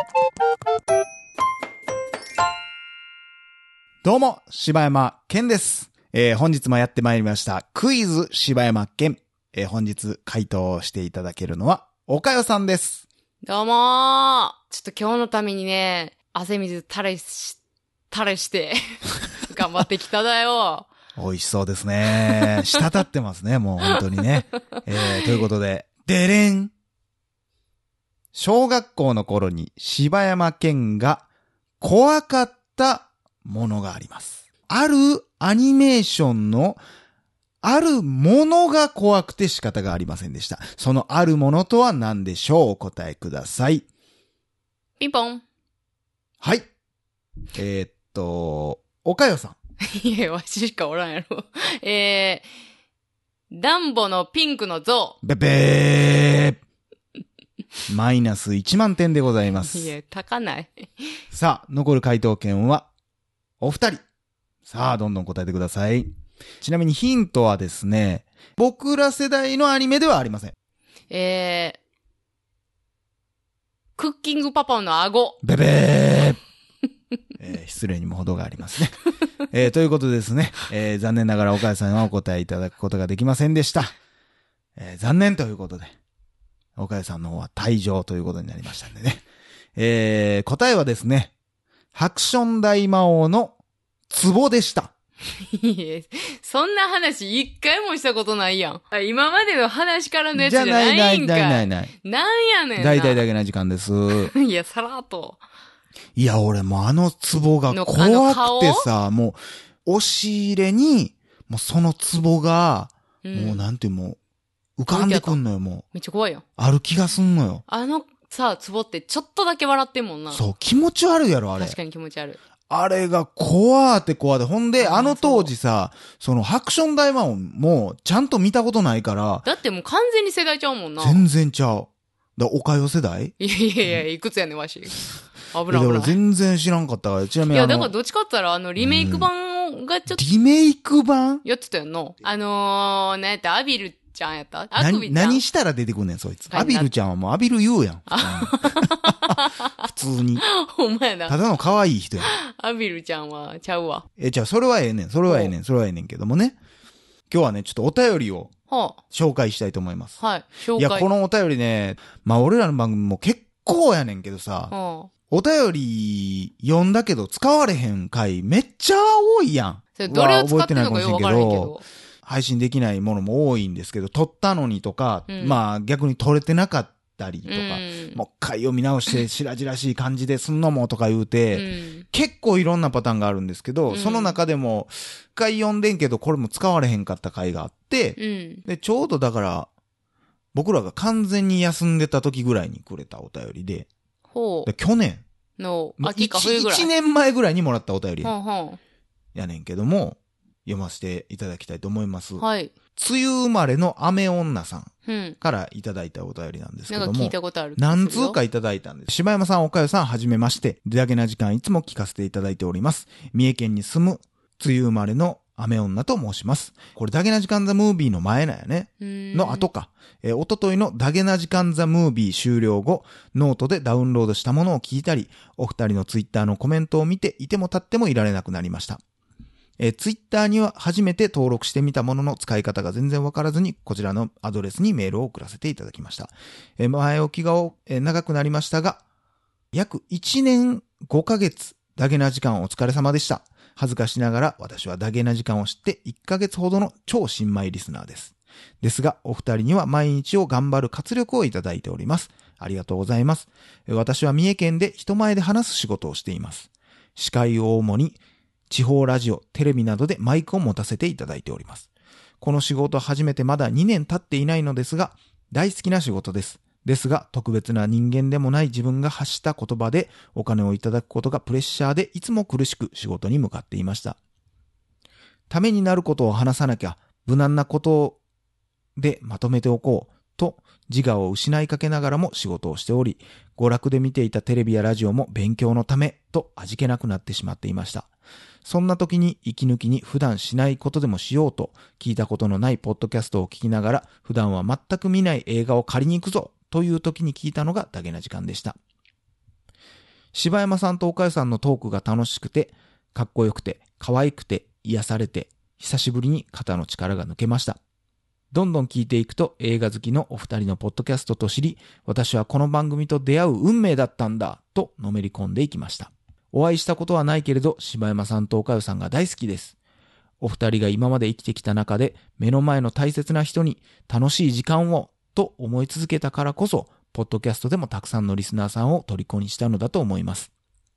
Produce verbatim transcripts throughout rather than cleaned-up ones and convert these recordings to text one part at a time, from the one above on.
どうも、柴山健です。えー、本日もやってまいりましたクイズ柴山健。えー、本日回答していただけるのはおかよさんです。 どうもー。ちょっと今日のためにね、汗水垂れし、垂れして頑張ってきただよ。 美味しそうですね。滴ってますね、もう本当にね。えー、ということで、でれん。小学校の頃に柴山健が怖かったものがあります。あるアニメーションのあるものが怖くて仕方がありませんでした。そのあるものとは何でしょう？お答えください。 ピンポン。 はい。えー、っと、おかよさん。いや、わししかおらんやろ。えー、ダンボのピンクの像。 べべー。マイナスいちまんてんでございます。 いや、高ない。 さあ、残る回答権はお二人。さあ、どんどん答えてください。ちなみにヒントはですね、僕ら世代のアニメではありません。 えー、クッキングパパの顎。 べべー、えー、失礼にも程がありますね。えー、ということでですね、えー、残念ながら岡谷さんはお答えいただくことができませんでした。えー、残念ということで、岡谷さんの方は退場ということになりましたんでね。えー、答えはですね、ハクション大魔王の壺でした。 いや、そんな話一回もしたことないやん。今までの話からのやつじゃないんかい。 じゃないないないないない。 なんやねんな。 大体だけな時間です。 いや、さらっと。 いや、俺もうあの壺が怖くてさ、もう、押し入れに、もうその壺が、うん、もうなんていうもう、浮かんでくんのよ、もう。 めっちゃ怖いよ。 ある気がすんのよ。 あのさ、壺ってちょっとだけ笑ってんもんな。 そう、気持ち悪いやろ、あれ。 確かに気持ち悪い。 あれが怖ーって怖で。ほんで、あの当時さ、そのハクション大魔王もちゃんと見たことないから。 だってもう完全に世代ちゃうもんな。 全然ちゃう。だ、おかよ世代？ いやいやいや、いくつやねん、わし。危ない危ない。 だから全然知らんかったから。ちなみにいや、だからどっちかって言ったら、あの、リメイク版がちょっと、 うん。リメイク版やってたよな。あのー、なんやった、アビルちゃんやったアクビちゃん。 何したら出てくんねん、そいつ。アビルちゃんはもうアビル言うやん。普通に。 ほんまやな。 ただの可愛い人やん。 アビルちゃんはちゃうわ。 え、じゃあそれはええねん。それはええねん。それはええねんけどもね。今日はね、ちょっとお便りを紹介したいと思います。 はい。紹介。 いや、このお便りね、まあ俺らの番組も結構やねんけどさ、はあ、お便り読んだけど使われへん回めっちゃ多いやん。 それどれを使ってんのかよくわからへんけど。 配信できないものも多いんですけど、撮ったのにとか、うん、まあ逆に撮れてなかったりとか、うん、もう一回読み直して白々しい感じですんのもとか言うて、うん、結構いろんなパターンがあるんですけど、うん、その中でも、一回読んでんけどこれも使われへんかった回があって、うん、で、ちょうどだから、僕らが完全に休んでた時ぐらいにくれたお便りで、 ほう。 で去年の、秋か冬ぐらい。 いちねんまえぐらいにもらったお便りほうほうやねんけども、読ませていただきたいと思います。 はい。 梅雨生まれの雨女さんからいただいたお便りなんですけども。 なんか聞いたことある。 何通かいただいたんです。柴山さん、岡谷さん、はじめまして。出だけな時間いつも聞かせていただいております。三重県に住む梅雨生まれの雨女と申します。これ、だけな時間ザムービーの前なんやね。の後か。えー、おとといのだけな時間ザムービー終了後、ノートでダウンロードしたものを聞いたり、お二人のツイッターのコメントを見ていても立ってもいられなくなりました。えー、ツイッターには初めて登録してみたものの使い方が全然わからずに、こちらのアドレスにメールを送らせていただきました。えー、前置きが、えー、長くなりましたが、約いちねんごかげつ、ダゲな時間お疲れ様でした。恥ずかしながら私はダゲな時間を知っていっかげつほどの超新米リスナーです。ですが、お二人には毎日を頑張る活力をいただいております。ありがとうございます。私は三重県で人前で話す仕事をしています。司会を主に、地方ラジオ、テレビなどでマイクを持たせていただいております。この仕事を始めてまだにねん経っていないのですが、大好きな仕事です。ですが、特別な人間でもない自分が発した言葉でお金をいただくことがプレッシャーでいつも苦しく仕事に向かっていました。ためになることを話さなきゃ、無難なことでまとめておこうと自我を失いかけながらも仕事をしており、娯楽で見ていたテレビやラジオも勉強のためと味気なくなってしまっていました。そんな時に息抜きに普段しないことでもしようと、聞いたことのないポッドキャストを聞きながら、普段は全く見ない映画を借りに行くぞという時に聞いたのがダゲな時間でした。 柴山さんと岡谷さんのトークが楽しくて、かっこよくて、可愛くて、癒されて、久しぶりに肩の力が抜けました。どんどん聞いていくと映画好きのお二人のポッドキャストと知り、私はこの番組と出会う運命だったんだとのめり込んでいきました。お会いしたことはないけれど、柴山さんと岡谷さんが大好きです。お二人が今まで生きてきた中で、目の前の大切な人に楽しい時間をと思い続けたからこそ、ポッドキャストでもたくさんのリスナーさんを虜にしたのだと思います。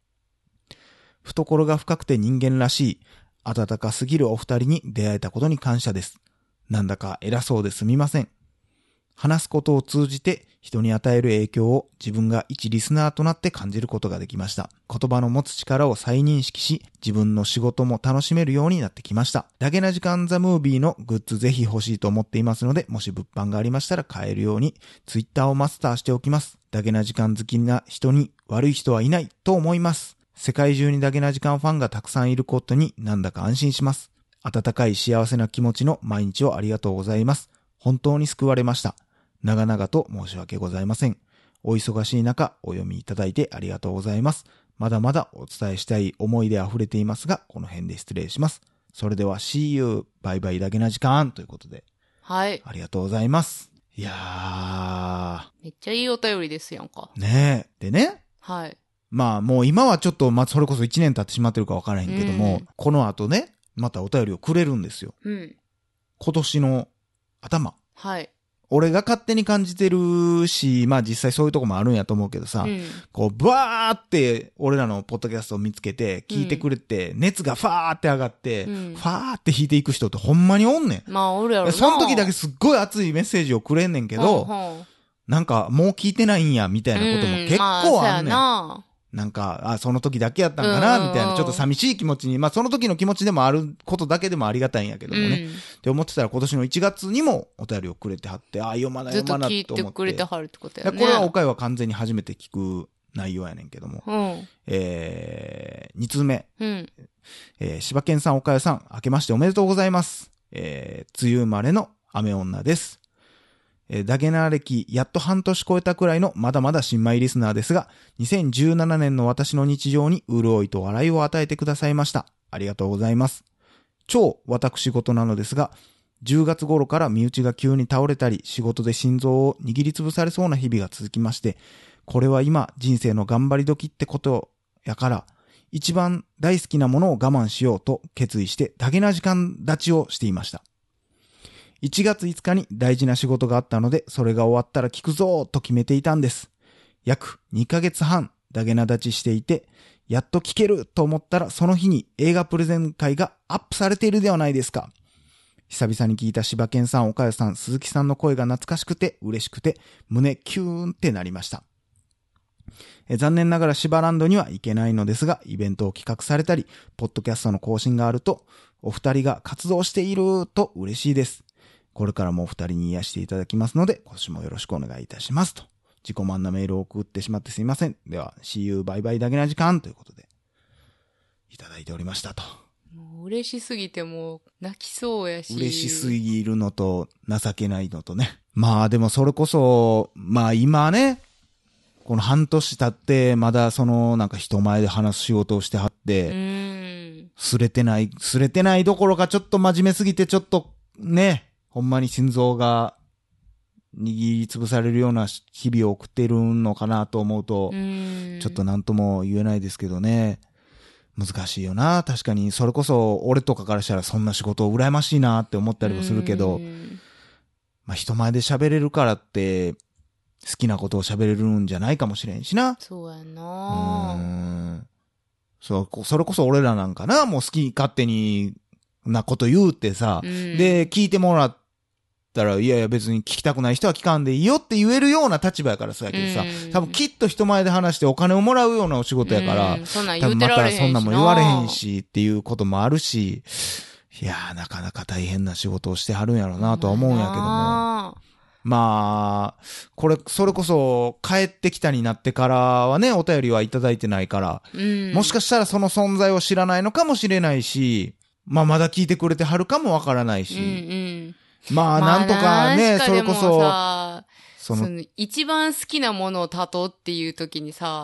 懐が深くて人間らしい、温かすぎるお二人に出会えたことに感謝です。なんだか偉そうですみません。話すことを通じて人に与える影響を自分が一リスナーとなって感じることができました。言葉の持つ力を再認識し、自分の仕事も楽しめるようになってきました。だけな時間ザムービーのグッズぜひ欲しいと思っていますので、もし物販がありましたら買えるようにツイッターをマスターしておきます。だけな時間好きな人に悪い人はいないと思います。世界中にだけな時間ファンがたくさんいることになんだか安心します。温かい幸せな気持ちの毎日をありがとうございます。本当に救われました。長々と申し訳ございません。お忙しい中お読みいただいてありがとうございます。まだまだお伝えしたい思いで溢れていますが、この辺で失礼します。それでは See you! バイバイだけな時間ということで。 はい。 ありがとうございます。いやー。 めっちゃいいお便りですやんか。 ねえ。でね。 はい。 まあもう今はちょっと、まあそれこそいちねん経ってしまってるか分からへんけども、うん、この後ね、またお便りをくれるんですよ。 うん。 今年の頭。 はい。 俺が勝手に感じてるし、まあ実際そういうとこもあるんやと思うけどさ、うん、こう、ブワーって俺らのポッドキャストを見つけて、聞いてくれて、うん、熱がファーって上がって、うん、ファーって引いていく人ってほんまにおんねん。 まあおるやろな。 その時だけすっごい熱いメッセージをくれんねんけど、うんうん、なんかもう聞いてないんや、みたいなことも結構あんねん。うんまあ、ななんか、あ、その時だけやったんかな、みたいな、ちょっと寂しい気持ちに、まあその時の気持ちでもあることだけでもありがたいんやけどもね。うん、って思ってたら今年のいちがつにもお便りをくれてはって、あ、読まない読まないと思って。ずっと聞いてくれてはるってことやね。これはおかいは完全に初めて聞く内容やねんけども。うん、えー、につうめ。うん、えー、柴犬さん、おかゆさん、明けましておめでとうございます。えー、梅雨生まれの雨女です。ダゲナ歴やっと半年超えたくらいのまだまだ新米リスナーですが、にせんじゅうななねんの私の日常に潤いと笑いを与えてくださいました。ありがとうございます。超私事なのですが、じゅうがつ頃から身内が急に倒れたり、仕事で心臓を握りつぶされそうな日々が続きまして、これは今人生の頑張り時ってことやから、一番大好きなものを我慢しようと決意してダゲな時間立ちをしていました。いちがついつかに大事な仕事があったので、それが終わったら聞くぞーと決めていたんです。約にかげつはんダゲな立ちしていて、やっと聞けると思ったらその日に映画プレゼン会がアップされているではないですか。久々に聞いた柴犬さん、岡谷さん、鈴木さんの声が懐かしくて嬉しくて胸キューンってなりました。え残念ながら柴ランドには行けないのですが、イベントを企画されたり、ポッドキャストの更新があると、お二人が活動していると嬉しいです。これからもお二人に癒していただきますので、今年もよろしくお願いいたしますと。自己満なメールを送ってしまってすいません。では、See you バイバイだけな時間ということで、いただいておりましたと。 もう嬉しすぎてもう泣きそうやし。 嬉しすぎるのと情けないのとね。まあでもそれこそ、まあ今ね、この半年経ってまだそのなんか人前で話す仕事をしてはって、うーんすれてない、すれてないどころかちょっと真面目すぎてちょっとね、ほんまに心臓が握りつぶされるような日々を送っているのかなと思うと、ちょっとなんとも言えないですけどね。難しいよな。確かにそれこそ俺とかからしたらそんな仕事羨ましいなって思ったりもするけど、まあ人前で喋れるからって好きなことを喋れるんじゃないかもしれんしな。 そうやな。 うーん。そう、それこそ俺らなんかな、もう好き勝手になこと言うってさ、で聞いてもらってだからいやいや別に聞きたくない人は聞かんでいいよって言えるような立場やからそうやけどさ、多分きっと人前で話してお金をもらうようなお仕事やから、 そんなん言うてられへんしな、多分またそんなんも言われへんしっていうこともあるし、いやーなかなか大変な仕事をしてはるんやろうなとは思うんやけども。まあ、これ、それこそ帰ってきたになってからはね、お便りはいただいてないから、もしかしたらその存在を知らないのかもしれないし、まあまだ聞いてくれてはるかもわからないし、 うんうんまあ、なんとかね、それこそ、 その、一番好きなものをたとっていう時にさ、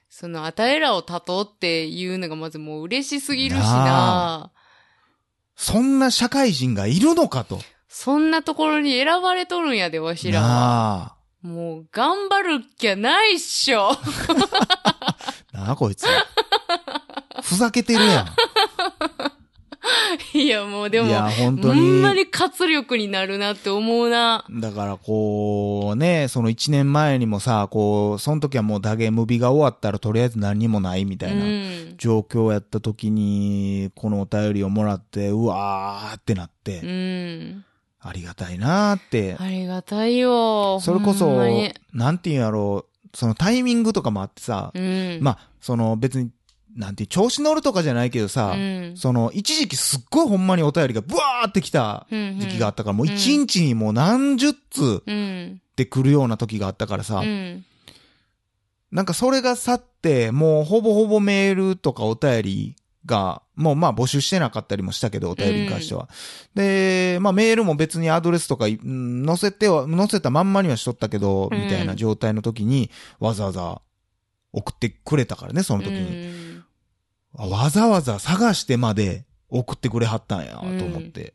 その、あたいらをたとうっていうのがまずもう嬉しすぎるしなな。 そんな社会人がいるのかと。 そんなところに選ばれとるんやで、わしらは。 なあ。 もう、頑張るきゃないっしょ。 なあ、こいつ。ふざけてるやいや、もうでん。 も、 いや、本当ほんに。 まに活力になるなって思うな。 だからこうね、その一年前にもさ、こう、その時はもうダゲムビが終わったらとりあえず何にもないみたいなうん。 状況やった時に、このお便りをもらって、うわーってなって、 うん。 ありがたいなーって。 ありがたいよ。 それこそほんまに、 なんていうんやろう、そのタイミングとかもあってさ、 うん。 まあ、その別に、なんていう、調子乗るとかじゃないけどさ、 うんその一時期すっごいほんまにお便りがブワーってきた時期があったから、もう一日にもう何十通うん。 ってくるような時があったからさ、 うん。 なんかそれが去って、もうほぼほぼメールとかお便りが、もうまあ募集してなかったりもしたけど、お便りに関しては。で、まあメールも別にアドレスとか、うん載せては、載せたまんまにはしとったけど、 うんみたいな状態の時に、わざわざ送ってくれたからね、その時に。 うんあわざわざ探してまで送ってくれはったんや、と思って。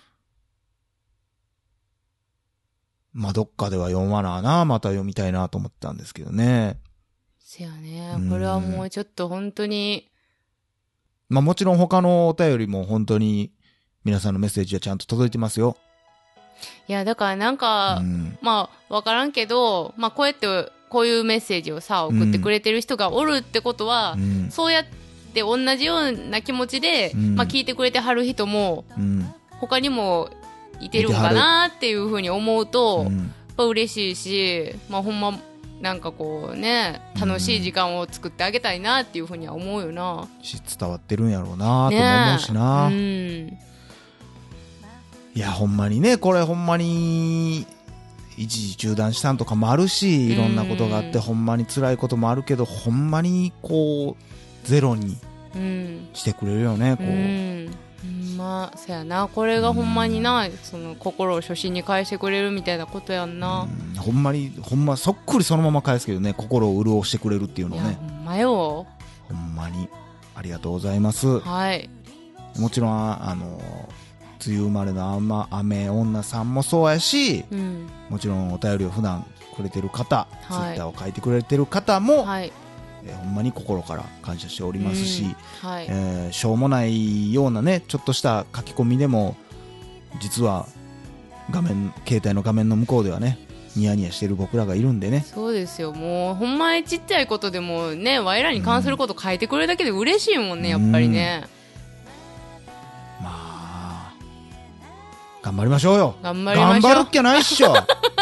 まあどっかでは読まなあな、また読みたいなと思ったんですけどね。 せやねうん。 これはもうちょっと本当に、 まあもちろん他のお便りも本当に皆さんのメッセージはちゃんと届いてますよ。 いや、だからなんうか、 ん。 まあ、わからんけど、まあ、こうやって、こういうメッセージをさ、送ってくれてる人がおるってことは、 うん。 そうやって同じような気持ちで、 うんまあ、聞いてくれてはる人も、 うん。 他にもいてるんかなっていうふうに思うと、 うんやっぱ嬉しいし、まあ、ほんま、なんかこうね、楽しい時間を作ってあげたいなっていうふうには思うよな。 し伝わってるんやろうなとも思うしな、 ねえ。うん。 いやほんまにね、これほんまに一時中断したんとかもあるし、いろんなことがあってうんほんまに辛いこともあるけど、ほんまにこうゼロにうん。 してくれるよね、こう、 うん。ほんま、そやな。これがほんまにな、その心を初心に返してくれるみたいなことやんな。 うんほんまにほんまそっくりそのまま返すけどね、心を潤してくれるっていうのいや、 をね、 ほんまよ。 ほんまにありがとうございます。 はい。 もちろんあの梅雨生まれの雨雨女さんもそうやし、 うん。 もちろんお便りを普段くれてる方、 はいツイッターを書いてくれてる方も、 はい。 えーほんまに心から感謝しておりますし、 うんはい。 えーしょうもないようなね、ちょっとした書き込みでも、実は画面、携帯の画面の向こうではね、ニヤニヤしてる僕らがいるんでね。 そうですよ。もう、ほんまにちっちゃいことでもね、ワイらに関すること書いてくれるだけで嬉しいもんね、やっぱりね。 まあ、頑張りましょうよ。 頑張りましょう。 頑張るっきゃないっしょ。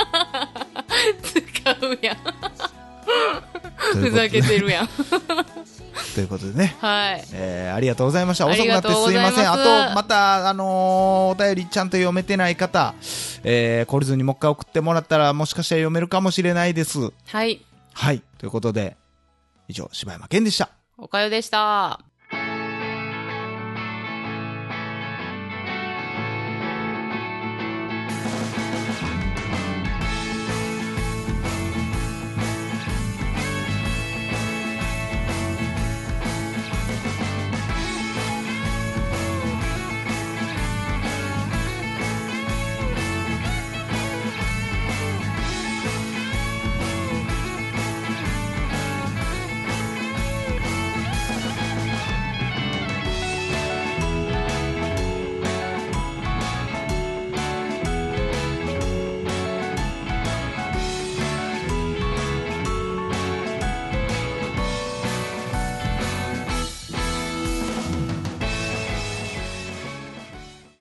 使うやん。 ということでふざけてるやん。 ということでね。 はい。 えーありがとうございました。遅くなってありがとうごすいません。 ざいますあと、また、あのーお便りちゃんと読めてない方、えー、懲りずにもう一回送ってもらったら、もしかしたら読めるかもしれないです。 はい。 はい。ということで、以上、柴山健でした。 おかよでした。